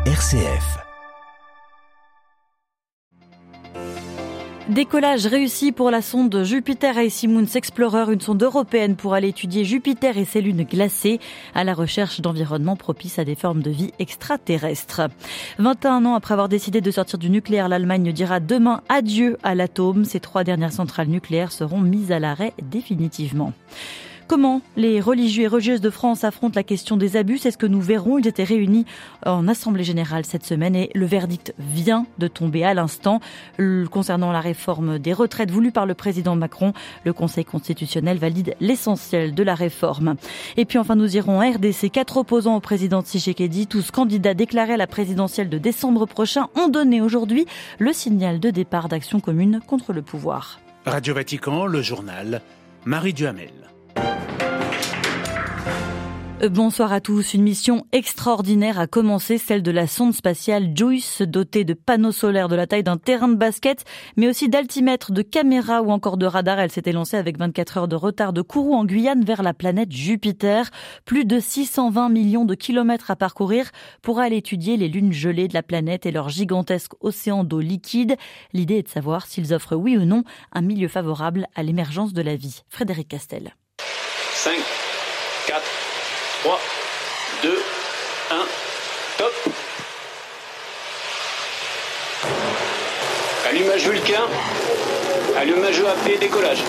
RCF. Décollage réussi pour la sonde Jupiter Icy Moons Explorer, une sonde européenne pour aller étudier Jupiter et ses lunes glacées à la recherche d'environnements propices à des formes de vie extraterrestres. 21 ans après avoir décidé de sortir du nucléaire, l'Allemagne dira demain adieu à l'atome. Ces 3 dernières centrales nucléaires seront mises à l'arrêt définitivement. Comment les religieux et religieuses de France affrontent la question des abus, c'est ce que nous verrons. Ils étaient réunis en Assemblée Générale cette semaine et le verdict vient de tomber à l'instant. Concernant la réforme des retraites voulue par le président Macron, le Conseil constitutionnel valide l'essentiel de la réforme. Et puis enfin, nous irons en RDC. 4 opposants au président Tshisekedi, tous candidats déclarés à la présidentielle de décembre prochain, ont donné aujourd'hui le signal de départ d'Action commune contre le pouvoir. Radio Vatican, le journal, Marie Duhamel. Bonsoir à tous. Une mission extraordinaire a commencé, celle de la sonde spatiale JUICE, dotée de panneaux solaires de la taille d'un terrain de basket, mais aussi d'altimètres, de caméras ou encore de radars. Elle s'était lancée avec 24 heures de retard de Kourou en Guyane vers la planète Jupiter. Plus de 620 millions de kilomètres à parcourir pour aller étudier les lunes gelées de la planète et leur gigantesque océan d'eau liquide. L'idée est de savoir s'ils offrent oui ou non un milieu favorable à l'émergence de la vie. Frédéric Castel. 5, 4, 3, 2, 1, top. Allumage Vulcain, allumage EAP, décollage.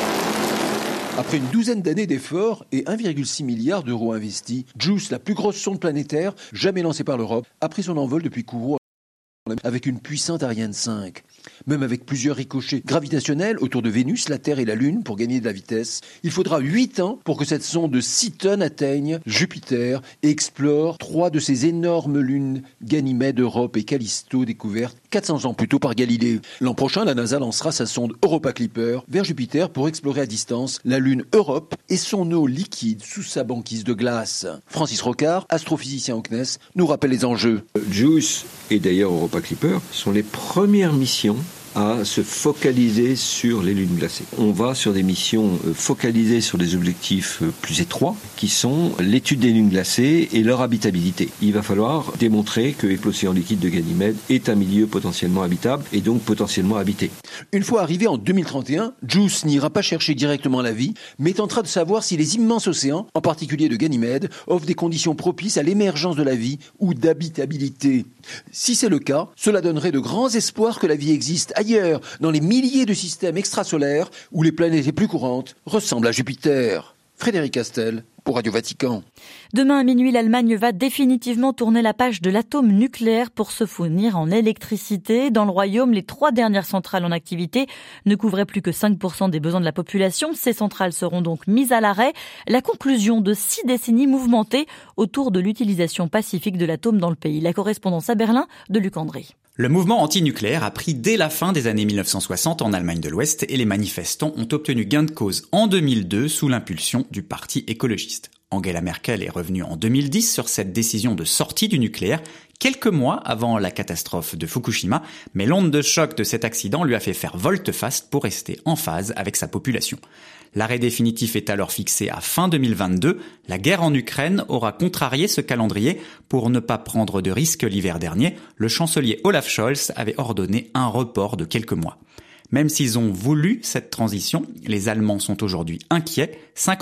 Après une douzaine d'années d'efforts et 1,6 milliard d'euros investis, JUICE, la plus grosse sonde planétaire jamais lancée par l'Europe, a pris son envol depuis Kourou avec une puissante Ariane 5. Même avec plusieurs ricochets gravitationnels autour de Vénus, la Terre et la Lune pour gagner de la vitesse, il faudra 8 ans pour que cette sonde de 6 tonnes atteigne Jupiter et explore 3 de ces énormes lunes, Ganymède, Europe et Callisto, découvertes 400 ans plus tôt par Galilée. L'an prochain, la NASA lancera sa sonde Europa Clipper vers Jupiter pour explorer à distance la lune Europe et son eau liquide sous sa banquise de glace. Francis Rocard, astrophysicien au CNES, nous rappelle les enjeux. JUICE et d'ailleurs Europa Clipper sont les premières missions à se focaliser sur les lunes glacées. On va sur des missions focalisées sur des objectifs plus étroits, qui sont l'étude des lunes glacées et leur habitabilité. Il va falloir démontrer que l'océan liquide de Ganymède est un milieu potentiellement habitable et donc potentiellement habité. Une fois arrivé en 2031, JUICE n'ira pas chercher directement la vie, mais tentera de savoir si les immenses océans, en particulier de Ganymède, offrent des conditions propices à l'émergence de la vie ou d'habitabilité. Si c'est le cas, cela donnerait de grands espoirs que la vie existe ailleurs, dans les milliers de systèmes extrasolaires où les planètes les plus courantes ressemblent à Jupiter. Frédéric Castel pour Radio Vatican. Demain à minuit, l'Allemagne va définitivement tourner la page de l'atome nucléaire pour se fournir en électricité. Dans le Royaume, les 3 dernières centrales en activité ne couvraient plus que 5% des besoins de la population. Ces centrales seront donc mises à l'arrêt. La conclusion de 6 décennies mouvementées autour de l'utilisation pacifique de l'atome dans le pays. La correspondance à Berlin de Luc André. Le mouvement anti-nucléaire a pris dès la fin des années 1960 en Allemagne de l'Ouest et les manifestants ont obtenu gain de cause en 2002 sous l'impulsion du parti écologiste. Angela Merkel est revenue en 2010 sur cette décision de sortie du nucléaire, quelques mois avant la catastrophe de Fukushima, mais l'onde de choc de cet accident lui a fait faire volte-face pour rester en phase avec sa population. L'arrêt définitif est alors fixé à fin 2022. La guerre en Ukraine aura contrarié ce calendrier. Pour ne pas prendre de risques l'hiver dernier, le chancelier Olaf Scholz avait ordonné un report de quelques mois. Même s'ils ont voulu cette transition, les Allemands sont aujourd'hui inquiets.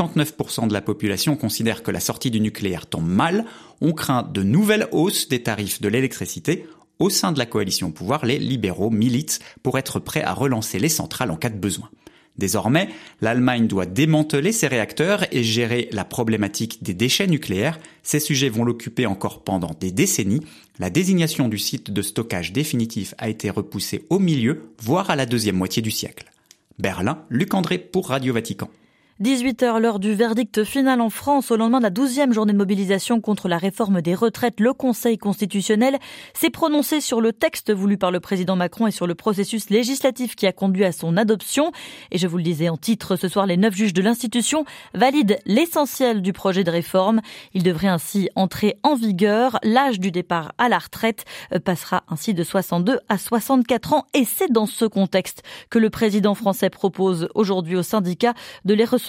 59% de la population considère que la sortie du nucléaire tombe mal. On craint de nouvelles hausses des tarifs de l'électricité. Au sein de la coalition au pouvoir, les libéraux militent pour être prêts à relancer les centrales en cas de besoin. Désormais, l'Allemagne doit démanteler ses réacteurs et gérer la problématique des déchets nucléaires. Ces sujets vont l'occuper encore pendant des décennies. La désignation du site de stockage définitif a été repoussée au milieu, voire à la deuxième moitié du siècle. Berlin, Luc André pour Radio Vatican. 18h, l'heure du verdict final en France. Au lendemain de la 12e journée de mobilisation contre la réforme des retraites, le Conseil constitutionnel s'est prononcé sur le texte voulu par le président Macron et sur le processus législatif qui a conduit à son adoption. Et je vous le disais en titre, ce soir, les 9 juges de l'institution valident l'essentiel du projet de réforme. Il devrait ainsi entrer en vigueur. L'âge du départ à la retraite passera ainsi de 62 à 64 ans. Et c'est dans ce contexte que le président français propose aujourd'hui aux syndicats de les recevoir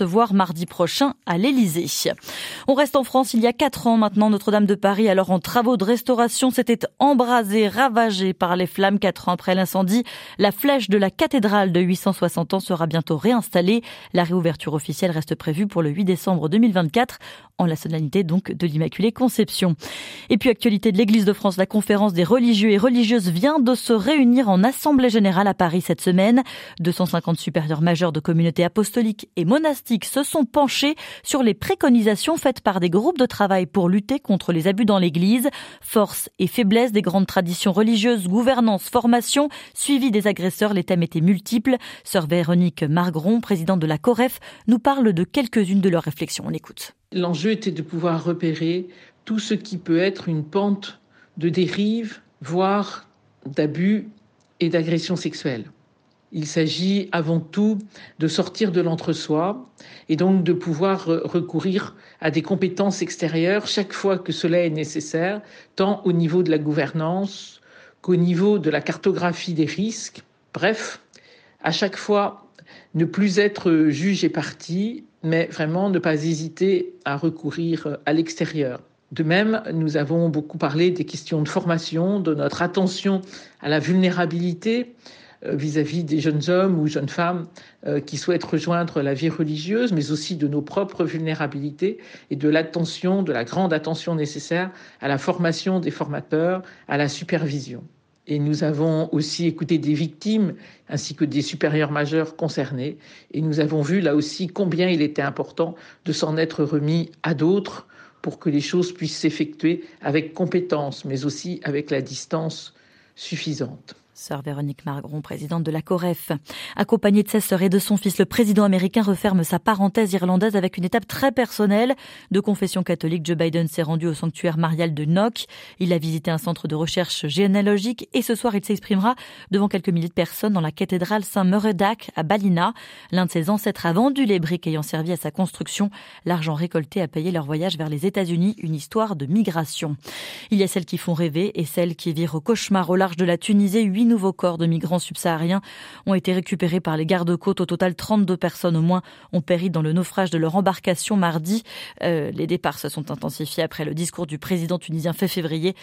recevoir mardi prochain à l'Élysée. On reste en France. Il y a 4 ans maintenant, Notre-Dame de Paris, alors en travaux de restauration, s'était embrasée, ravagée par les flammes 4 ans après l'incendie. La flèche de la cathédrale de 860 ans sera bientôt réinstallée. La réouverture officielle reste prévue pour le 8 décembre 2024, en la solennité donc de l'Immaculée Conception. Et puis actualité de l'Église de France, la conférence des religieux et religieuses vient de se réunir en Assemblée Générale à Paris cette semaine. 250 supérieurs majeurs de communautés apostoliques et monastiques se sont penchés sur les préconisations faites par des groupes de travail pour lutter contre les abus dans l'Église. Force et faiblesse des grandes traditions religieuses, gouvernance, formation, suivi des agresseurs, les thèmes étaient multiples. Sœur Véronique Margron, présidente de la COREF, nous parle de quelques-unes de leurs réflexions. On écoute. L'enjeu était de pouvoir repérer tout ce qui peut être une pente de dérive, voire d'abus et d'agression sexuelle. Il s'agit avant tout de sortir de l'entre-soi et donc de pouvoir recourir à des compétences extérieures chaque fois que cela est nécessaire, tant au niveau de la gouvernance qu'au niveau de la cartographie des risques. Bref, à chaque fois, ne plus être juge et partie, mais vraiment ne pas hésiter à recourir à l'extérieur. De même, nous avons beaucoup parlé des questions de formation, de notre attention à la vulnérabilité vis-à-vis des jeunes hommes ou jeunes femmes qui souhaitent rejoindre la vie religieuse, mais aussi de nos propres vulnérabilités et de l'attention, de la grande attention nécessaire à la formation des formateurs, à la supervision. Et nous avons aussi écouté des victimes ainsi que des supérieurs majeurs concernés. Et nous avons vu là aussi combien il était important de s'en être remis à d'autres pour que les choses puissent s'effectuer avec compétence, mais aussi avec la distance suffisante. Sœur Véronique Margron, présidente de la COREF. Accompagnée de sa sœur et de son fils, le président américain referme sa parenthèse irlandaise avec une étape très personnelle. De confession catholique, Joe Biden s'est rendu au sanctuaire marial de Knock. Il a visité un centre de recherche généalogique et ce soir, il s'exprimera devant quelques milliers de personnes dans la cathédrale Saint-Meredach à Ballina. L'un de ses ancêtres a vendu les briques ayant servi à sa construction. L'argent récolté a payé leur voyage vers les États-Unis, une histoire de migration. Il y a celles qui font rêver et celles qui virent au cauchemar au large de la Tunisie. 8 nouveaux corps de migrants subsahariens ont été récupérés par les gardes-côtes. Au total, 32 personnes au moins ont péri dans le naufrage de leur embarcation mardi. Les départs se sont intensifiés après le discours du président tunisien fait février.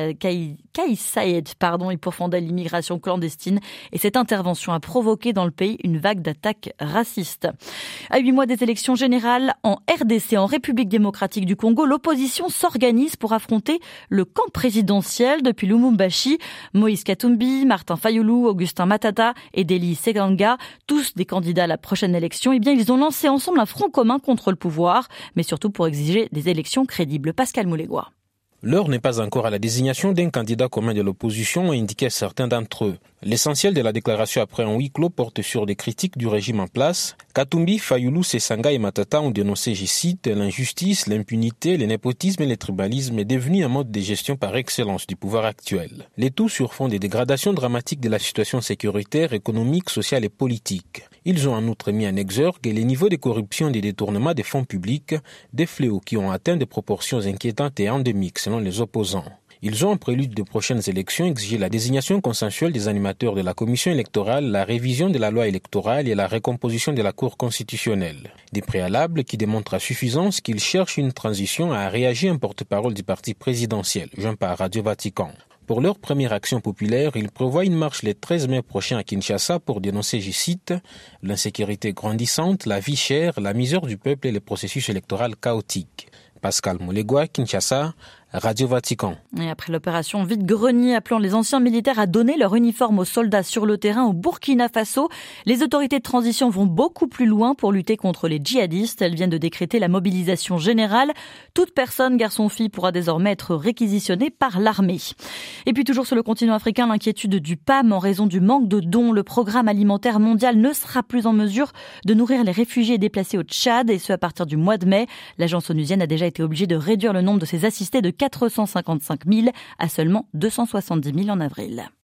Kais Saied, il pourfendait l'immigration clandestine et cette intervention a provoqué dans le pays une vague d'attaques racistes. À 8 mois des élections générales en RDC, en République démocratique du Congo, l'opposition s'organise pour affronter le camp présidentiel depuis Lubumbashi. Moïse Katumbi, Martin Fayulu, Augustin Matata et Deli Seganga, tous des candidats à la prochaine élection, ils ont lancé ensemble un front commun contre le pouvoir, mais surtout pour exiger des élections crédibles. Pascal Moulégois. L'heure n'est pas encore à la désignation d'un candidat commun de l'opposition, indiquaient certains d'entre eux. L'essentiel de la déclaration après un huis clos porte sur des critiques du régime en place. Katumbi, Fayulu, Sesanga et Matata ont dénoncé, je cite, l'injustice, l'impunité, le népotisme et le tribalisme est devenu un mode de gestion par excellence du pouvoir actuel. Les tout sur fond des dégradations dramatiques de la situation sécuritaire, économique, sociale et politique. Ils ont en outre mis en exergue les niveaux de corruption et de détournement des fonds publics, des fléaux qui ont atteint des proportions inquiétantes et endémiques selon les opposants. Ils ont, en prélude de prochaines élections, exigé la désignation consensuelle des animateurs de la commission électorale, la révision de la loi électorale et la recomposition de la Cour constitutionnelle. Des préalables qui démontrent à suffisance qu'ils cherchent une transition, a réagi un porte-parole du parti présidentiel, joint par Radio Vatican. Pour leur première action populaire, ils prévoient une marche le 13 mai prochain à Kinshasa pour dénoncer, je cite, l'insécurité grandissante, la vie chère, la misère du peuple et le processus électoral chaotique. Pascal Moulégois, Kinshasa, Radio Vatican. Et après l'opération vide-grenier appelant les anciens militaires à donner leur uniforme aux soldats sur le terrain au Burkina Faso, les autorités de transition vont beaucoup plus loin pour lutter contre les djihadistes. Elles viennent de décréter la mobilisation générale. Toute personne, garçon ou fille, pourra désormais être réquisitionnée par l'armée. Et puis toujours sur le continent africain, l'inquiétude du PAM en raison du manque de dons. Le programme alimentaire mondial ne sera plus en mesure de nourrir les réfugiés déplacés au Tchad, et ce à partir du mois de mai. L'agence onusienne a déjà été obligée de réduire le nombre de ses assistés de 455 000 à seulement 270 000 en avril.